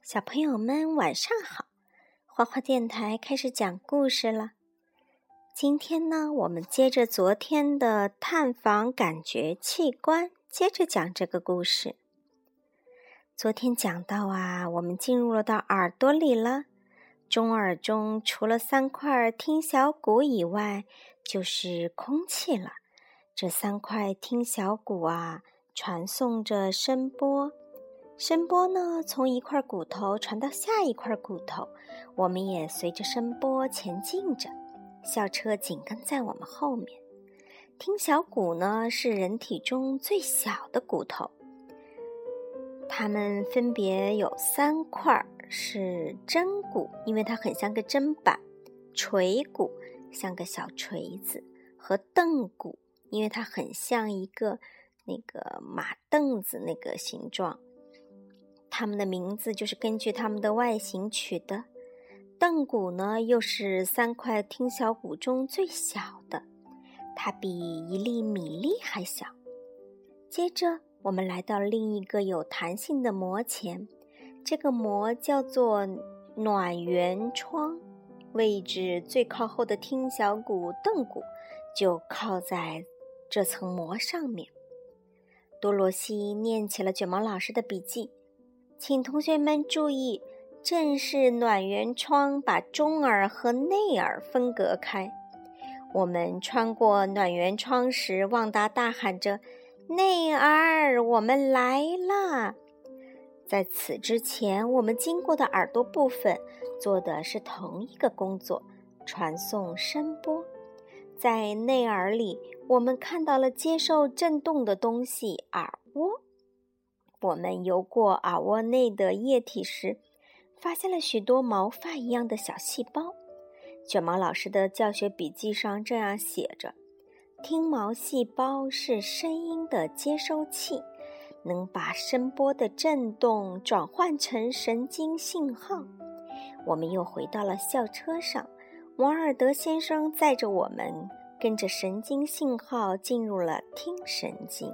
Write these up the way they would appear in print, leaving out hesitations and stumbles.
小朋友们晚上好，花花电台开始讲故事了。今天呢，我们接着昨天的探访感觉器官，接着讲这个故事。昨天讲到我们进入到耳朵里了。中耳中除了3块听小骨以外，就是空气了。这3块听小骨传送着声波。声波呢，从一块骨头传到下一块骨头，我们也随着声波前进着。校车紧跟在我们后面。听小骨呢，是人体中最小的骨头，它们分别有3块，是针骨，因为它很像个砧板；锤骨，像个小锤子；和凳骨，因为它很像一个马凳子那个形状。它们的名字就是根据它们的外形取的。凳骨呢，又是3块听小骨中最小的，它比1粒米粒还小。接着我们来到另一个有弹性的膜前，这个膜叫做暖圆窗，位置最靠后的听小骨凳骨就靠在这层膜上面。多罗西念起了卷毛老师的笔记，请同学们注意，正是暖圆窗把中耳和内耳分隔开。我们穿过暖圆窗时，旺达大喊着：内耳，我们来啦！在此之前，我们经过的耳朵部分做的是同一个工作，传送声波。在内耳里，我们看到了接受震动的东西——耳蜗。我们游过耳蜗内的液体时，发现了许多毛发一样的小细胞。卷毛老师的教学笔记上这样写着：听毛细胞是声音的接收器，能把声波的振动转换成神经信号。我们又回到了校车上，王尔德先生载着我们，跟着神经信号进入了听神经。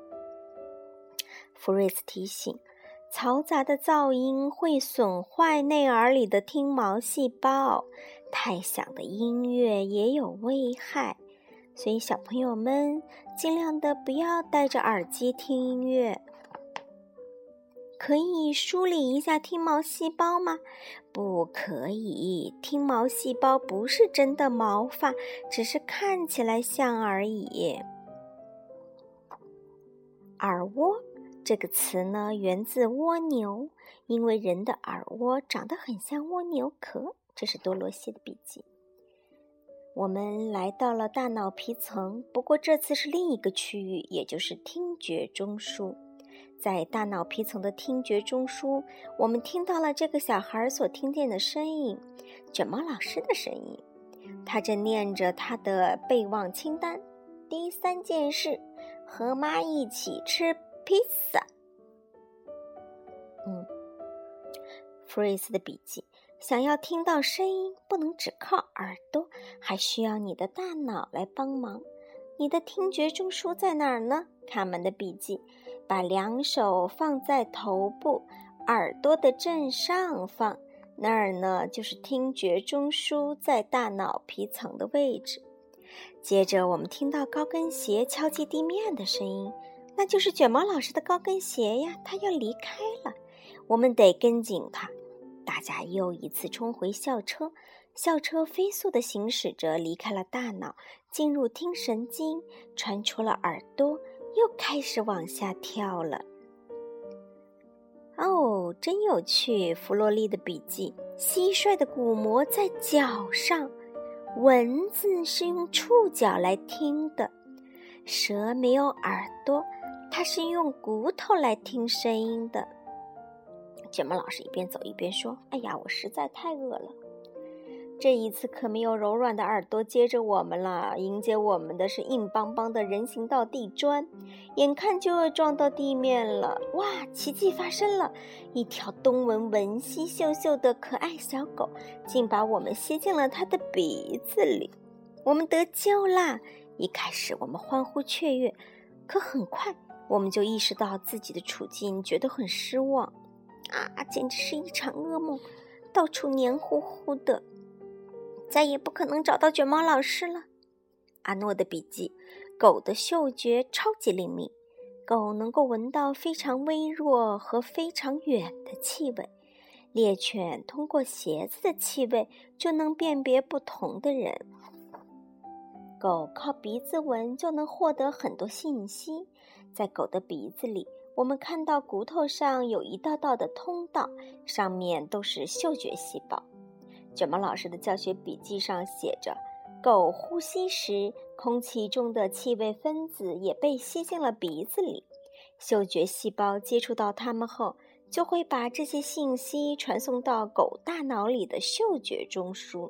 福瑞斯提醒，嘈杂的噪音会损坏内耳里的听毛细胞，太响的音乐也有危害，所以小朋友们尽量的不要戴着耳机听音乐。可以梳理一下听毛细胞吗？不可以，听毛细胞不是真的毛发，只是看起来像而已。耳蜗这个词呢，源自蜗牛，因为人的耳蜗长得很像蜗牛壳。这是多罗西的笔记。我们来到了大脑皮层，不过这次是另一个区域，也就是听觉中枢。在大脑皮层的听觉中枢，我们听到了这个小孩所听见的声音，卷毛老师的声音。他正念着他的备忘清单，第3件事，和妈一起吃披萨。弗瑞斯的笔记，想要听到声音，不能只靠耳朵，还需要你的大脑来帮忙。你的听觉中枢在哪儿呢？看我们的笔记，把2手放在头部，耳朵的正上方，那儿呢，就是听觉中枢在大脑皮层的位置。接着我们听到高跟鞋敲击地面的声音，那就是卷毛老师的高跟鞋呀，他要离开了，我们得跟紧他。大家又一次冲回校车，校车飞速地行驶着，离开了大脑，进入听神经，穿出了耳朵，又开始往下跳了。真有趣！弗洛利的笔记，蟋蟀的鼓膜在脚上，蚊子是用触角来听的，蛇没有耳朵，它是用骨头来听声音的。卷毛老师一边走一边说：哎呀，我实在太饿了。这一次可没有柔软的耳朵接着我们了，迎接我们的是硬邦邦的人行道地砖，眼看就要撞到地面了。哇，奇迹发生了，一条东闻闻西嗅嗅的可爱小狗竟把我们吸进了它的鼻子里。我们得救啦！一开始我们欢呼雀跃，可很快我们就意识到自己的处境，觉得很失望。 简直是一场噩梦，到处黏糊糊的，再也不可能找到卷毛老师了。阿诺的笔记：狗的嗅觉超级灵敏，狗能够闻到非常微弱和非常远的气味。猎犬通过鞋子的气味就能辨别不同的人。狗靠鼻子闻就能获得很多信息。在狗的鼻子里，我们看到骨头上有一道道的通道，上面都是嗅觉细胞。卷毛老师的教学笔记上写着，狗呼吸时，空气中的气味分子也被吸进了鼻子里。嗅觉细胞接触到它们后，就会把这些信息传送到狗大脑里的嗅觉中枢。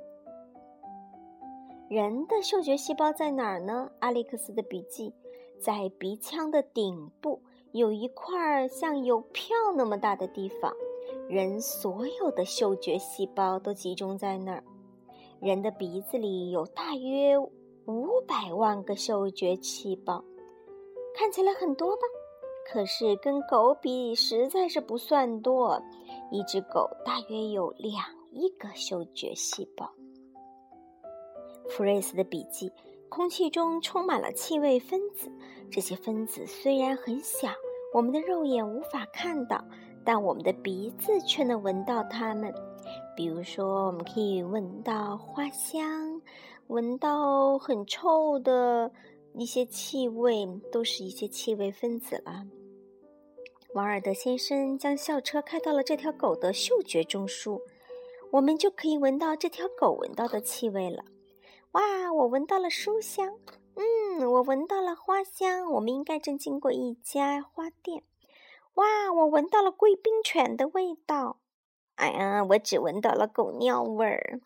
人的嗅觉细胞在哪儿呢？阿历克斯的笔记：在鼻腔的顶部有一块像邮票那么大的地方，人所有的嗅觉细胞都集中在那儿。人的鼻子里有大约500万个嗅觉细胞，看起来很多吧？可是跟狗比实在是不算多，一只狗大约有2亿个嗅觉细胞。福瑞斯的笔记：空气中充满了气味分子，这些分子虽然很小，我们的肉眼无法看到，但我们的鼻子却能闻到它们。比如说，我们可以闻到花香，闻到很臭的一些气味，都是一些气味分子了。王尔德先生将校车开到了这条狗的嗅觉中枢，我们就可以闻到这条狗闻到的气味了。哇，我闻到了书香，我闻到了花香，我们应该正经过一家花店。哇，我闻到了贵宾犬的味道。哎呀，我只闻到了狗尿味儿。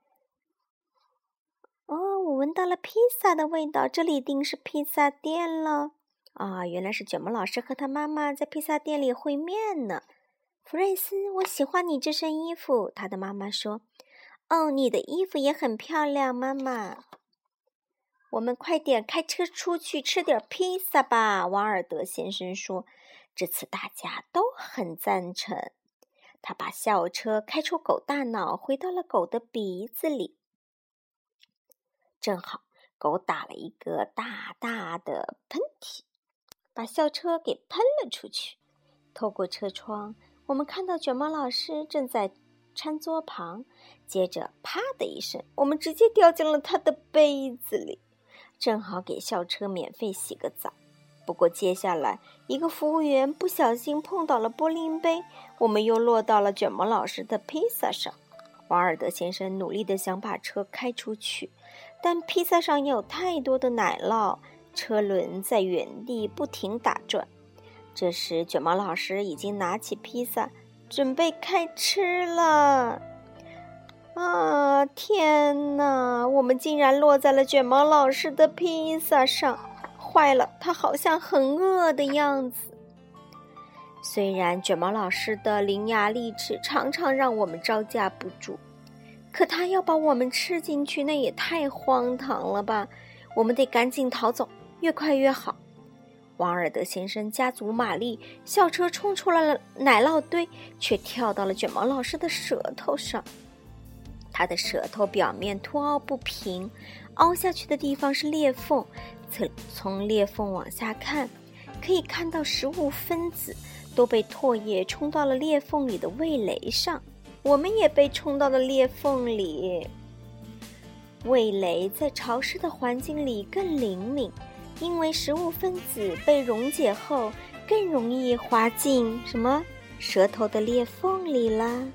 我闻到了披萨的味道，这里一定是披萨店了。原来是卷毛老师和他妈妈在披萨店里会面呢。福瑞斯，我喜欢你这身衣服，他的妈妈说。你的衣服也很漂亮，妈妈。我们快点开车出去吃点披萨吧，王尔德先生说。这次大家都很赞成。他把校车开出狗大脑，回到了狗的鼻子里。正好，狗打了一个大大的喷嚏，把校车给喷了出去。透过车窗，我们看到卷毛老师正在餐桌旁，接着啪的一声，我们直接掉进了他的杯子里，正好给校车免费洗个澡。不过接下来，一个服务员不小心碰倒了玻璃杯，我们又落到了卷毛老师的披萨上。王尔德先生努力地想把车开出去，但披萨上有太多的奶酪，车轮在原地不停打转。这时，卷毛老师已经拿起披萨，准备开吃了。天哪！我们竟然落在了卷毛老师的披萨上，坏了，他好像很饿的样子。虽然卷毛老师的伶牙俐齿常常让我们招架不住，可他要把我们吃进去，那也太荒唐了吧！我们得赶紧逃走，越快越好。王尔德先生加足马力，校车冲出了奶酪堆，却跳到了卷毛老师的舌头上。他的舌头表面凸凹不平，凹下去的地方是裂缝，从裂缝往下看，可以看到食物分子都被唾液冲到了裂缝里的味蕾上，我们也被冲到了裂缝里。味蕾在潮湿的环境里更灵敏，因为食物分子被溶解后更容易滑进舌头的裂缝里啦。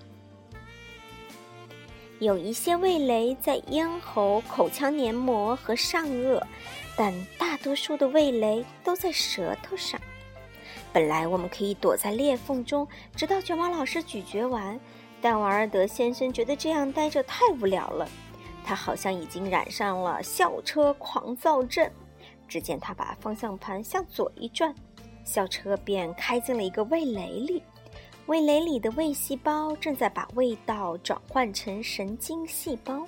有一些味蕾在咽喉、口腔黏膜和上颚，但大多数的味蕾都在舌头上。本来我们可以躲在裂缝中，直到卷毛老师咀嚼完，但王尔德先生觉得这样待着太无聊了。他好像已经染上了校车狂躁症。只见他把方向盘向左一转，校车便开进了一个味蕾里。味蕾里的胃细胞正在把味道转换成神经细胞。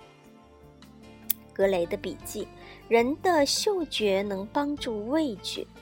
格雷的笔记：人的嗅觉能帮助味觉。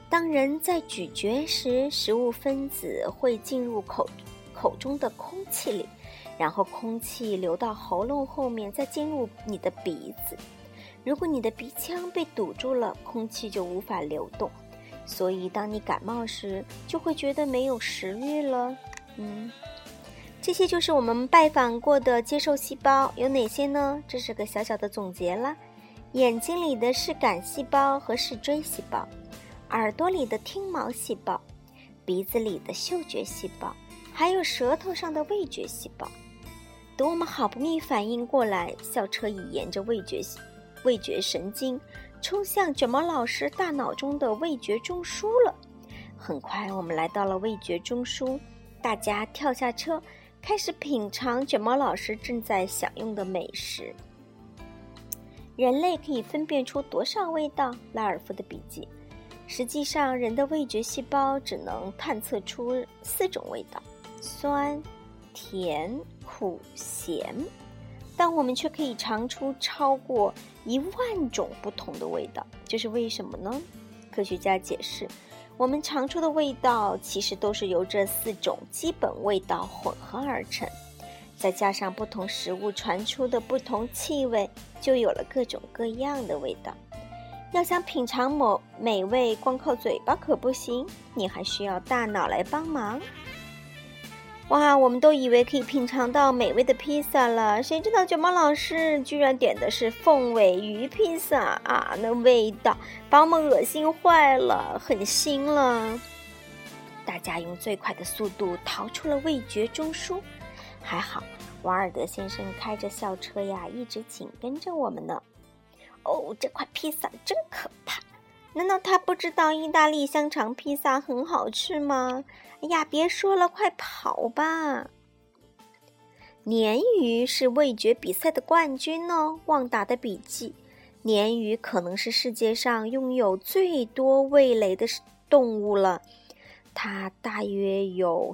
当人在咀嚼时，食物分子会进入口中的空气里，然后空气流到喉咙后面，再进入你的鼻子。如果你的鼻腔被堵住了，空气就无法流动，所以当你感冒时，就会觉得没有食欲了。这些就是我们拜访过的接受细胞，有哪些呢？这是个小小的总结啦。眼睛里的视杆细胞和视锥细胞，耳朵里的听毛细胞，鼻子里的嗅觉细胞，还有舌头上的味觉细胞。等我们好不容易反应过来，校车已沿着味觉神经冲向卷毛老师大脑中的味觉中枢了。很快我们来到了味觉中枢，大家跳下车，开始品尝卷毛老师正在享用的美食。人类可以分辨出多少味道？拉尔夫的笔记。实际上，人的味觉细胞只能探测出4种味道：酸、甜、苦、咸。但我们却可以尝出超过10000种不同的味道，这是为什么呢？科学家解释，我们尝出的味道其实都是由这4种基本味道混合而成，再加上不同食物传出的不同气味，就有了各种各样的味道。要想品尝美味，光靠嘴巴可不行，你还需要大脑来帮忙。哇，我们都以为可以品尝到美味的披萨了，谁知道卷毛老师居然点的是凤尾鱼披萨啊！那味道把我们恶心坏了，很腥了。大家用最快的速度逃出了味觉中枢，还好瓦尔德先生开着校车呀，一直紧跟着我们呢。哦，这块披萨真可怕！难道他不知道意大利香肠披萨很好吃吗？哎呀，别说了，快跑吧！鲶鱼是味觉比赛的冠军哦，旺达的笔记。鲶鱼可能是世界上拥有最多味蕾的动物了，它大约有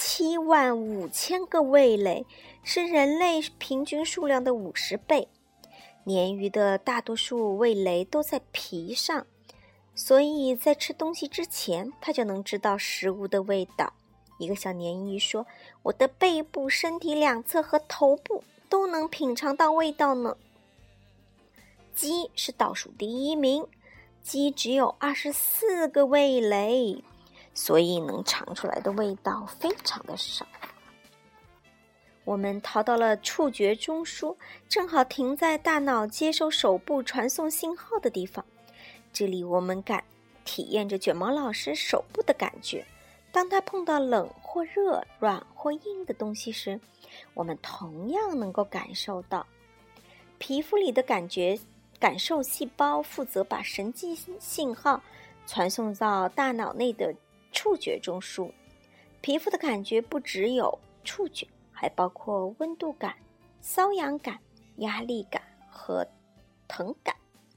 175000个味蕾，是人类平均数量的50倍。鲶鱼的大多数味蕾都在皮上，所以在吃东西之前，它就能知道食物的味道。一个小鲶鱼说，我的背部、身体两侧和头部都能品尝到味道呢。鸡是倒数第1名，鸡只有24个味蕾，所以能尝出来的味道非常的少。我们逃到了触觉中枢，正好停在大脑接收手部传送信号的地方。这里我们体验着卷毛老师手部的感觉。当他碰到冷或热、软或硬的东西时，我们同样能够感受到。皮肤里的感受细胞负责把神经信号传送到大脑内的触觉中枢。皮肤的感觉不只有触觉，还包括温度感、瘙痒感、压力感和疼感。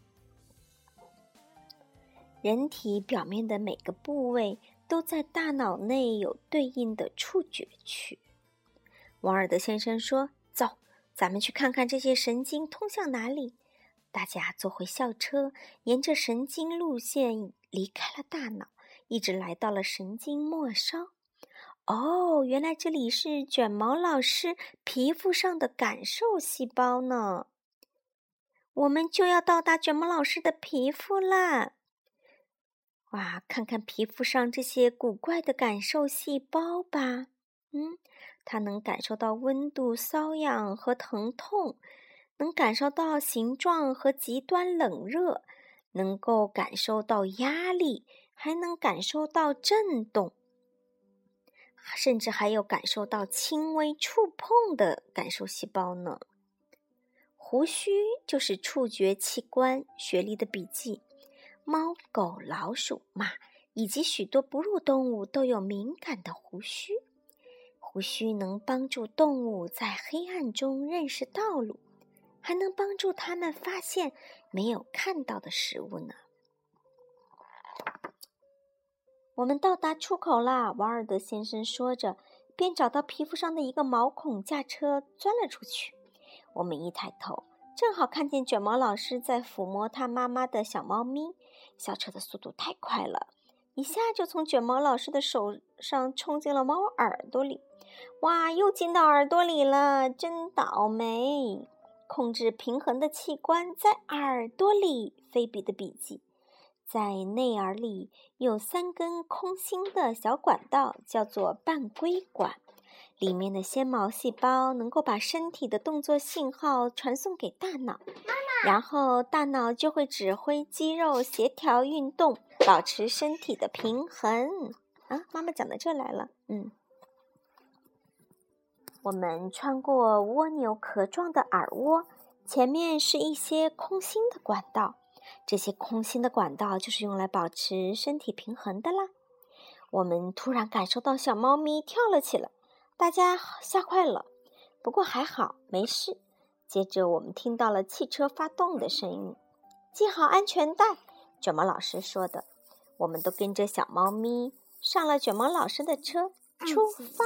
人体表面的每个部位都在大脑内有对应的触觉区。王尔德先生说，走，咱们去看看这些神经通向哪里。大家坐回校车，沿着神经路线离开了大脑，一直来到了神经末梢。哦，原来这里是卷毛老师皮肤上的感受细胞呢。我们就要到达卷毛老师的皮肤啦。哇，看看皮肤上这些古怪的感受细胞吧。它能感受到温度、瘙痒和疼痛，能感受到形状和极端冷热，能够感受到压力，还能感受到震动，甚至还有感受到轻微触碰的感受细胞呢。胡须就是触觉器官，学历的笔记。猫、狗、老鼠、马以及许多哺乳动物都有敏感的胡须。胡须能帮助动物在黑暗中认识道路，还能帮助它们发现没有看到的食物呢。我们到达出口啦，瓦尔德先生说着，便找到皮肤上的一个毛孔架车钻了出去。我们一抬头，正好看见卷毛老师在抚摸他妈妈的小猫咪。校车的速度太快了， 一下就从卷毛老师的手上冲进了猫耳朵里。哇，又进到耳朵里了，真倒霉！控制平衡的器官在耳朵里，菲比的笔记。在内耳里有3根空心的小管道，叫做半规管。里面的纤毛细胞能够把身体的动作信号传送给大脑，然后大脑就会指挥肌肉协调运动，保持身体的平衡。妈妈讲到这来了。我们穿过蜗牛壳状的耳蜗，前面是一些空心的管道，这些空心的管道就是用来保持身体平衡的啦。我们突然感受到小猫咪跳了起来，大家吓坏了，不过还好，没事。接着我们听到了汽车发动的声音。系好安全带，卷毛老师说的。我们都跟着小猫咪上了卷毛老师的车，出发。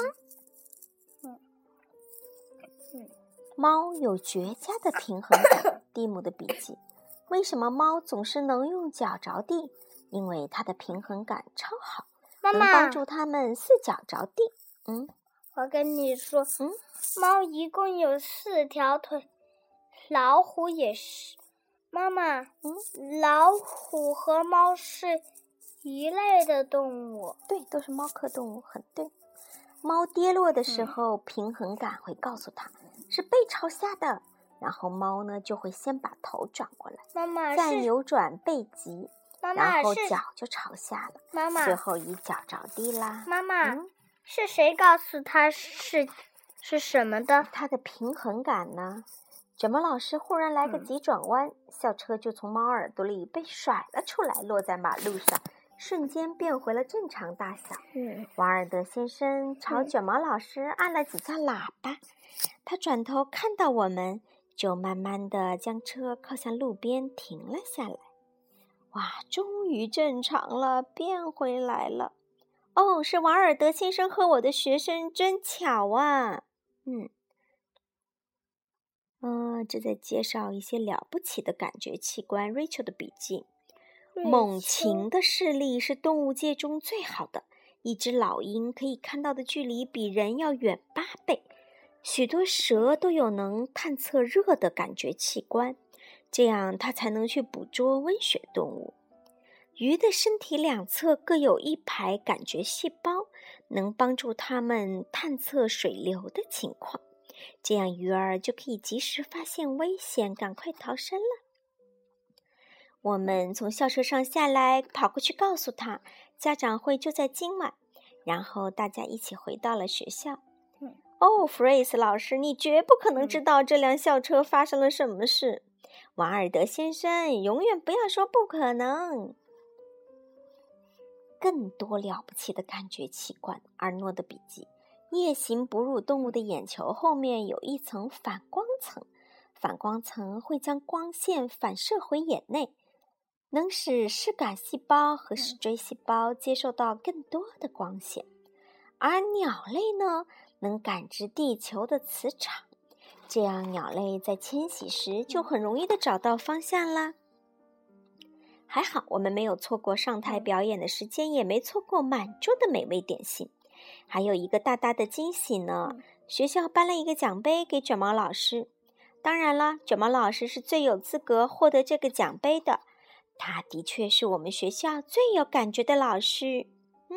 猫有绝佳的平衡感，蒂姆的笔记。为什么猫总是能用脚着地？因为它的平衡感超好， 妈妈能帮助它们4脚着地。 我跟你说，猫一共有4条腿，老虎也是。妈妈，老虎和猫是一类的动物。 对，都是猫科动物，很对。猫跌落的时候，平衡感会告诉它是背朝下的，然后猫呢就会先把头转过来， 妈妈再扭转背脊，然后脚就朝下了， 妈妈最后一脚着地啦。 妈妈，是谁告诉它是什么的？ 它的平衡感呢？卷毛老师忽然来个急转弯，校车就从猫耳朵里被甩了出来，落在马路上，瞬间变回了正常大小。瓦尔德先生朝卷毛老师按了几下喇叭，他转头看到我们，就慢慢地将车靠向路边停了下来。哇，终于正常了，变回来了。哦，是瓦尔德先生和我的学生，真巧啊。这在介绍一些了不起的感觉器官。Rachel 的笔记。猛禽的视力是动物界中最好的，一只老鹰可以看到的距离比人要远8倍。许多蛇都有能探测热的感觉器官，这样它才能去捕捉温血动物。鱼的身体两侧各有1排感觉细胞，能帮助它们探测水流的情况，这样鱼儿就可以及时发现危险，赶快逃生了。我们从校车上下来，跑过去告诉他，家长会就在今晚，然后大家一起回到了学校。弗瑞斯老师，你绝不可能知道这辆校车发生了什么事。瓦尔德先生，永远不要说不可能。更多了不起的感觉器官，阿诺的笔记。夜行哺乳动物的眼球后面有一层反光层，反光层会将光线反射回眼内，能使视杆细胞和视锥细胞接受到更多的光线。而鸟类呢，能感知地球的磁场，这样鸟类在迁徙时就很容易地找到方向啦。还好我们没有错过上台表演的时间，也没错过满桌的美味点心。还有一个大大的惊喜呢，学校颁了一个奖杯给卷毛老师。当然了，卷毛老师是最有资格获得这个奖杯的，他的确是我们学校最有感觉的老师。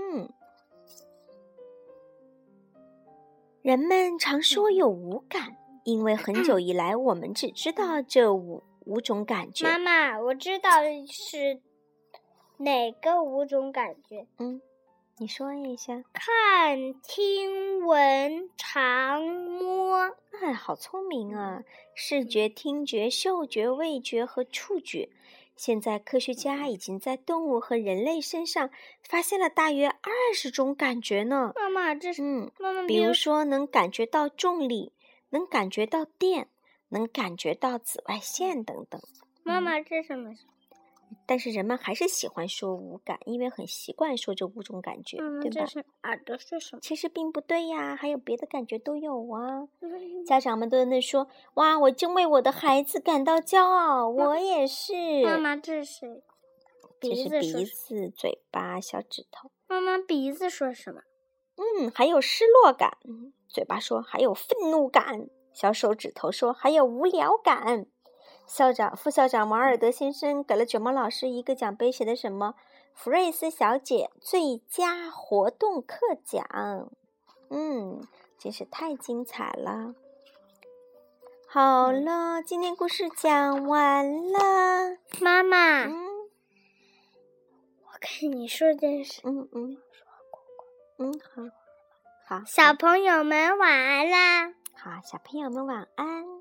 人们常说有5感，因为很久以来我们只知道这五种感觉。 妈妈，我知道是哪个5种感觉。 你说一下。 看、听、闻、尝、摸。 好聪明啊！视觉、听觉、嗅觉、味觉和触觉。现在科学家已经在动物和人类身上发现了大约20种感觉呢。 妈妈，这是妈妈， 比如说能感觉到重力，能感觉到电，能感觉到紫外线等等。 妈妈，这是什么？ 但是人们还是喜欢说5感，因为很习惯说这5种感觉，对吧？ 这是耳朵是什么？ 其实并不对呀，还有别的感觉都有啊。家长们都在那说，哇，我真为我的孩子感到骄傲，我也是。 妈妈，这是谁？ 就是鼻子、嘴巴、小指头。 妈妈，鼻子说什么？ 还有失落感。嘴巴说还有愤怒感。小手指头说还有无聊感。副校长王尔德先生给了卷毛老师一个奖杯，写的什么？福瑞斯小姐最佳活动课奖。真是太精彩了。好了，今天故事讲完了。 妈妈，我跟你说件事。 好， 小朋友们晚安啦。 好，小朋友们晚安。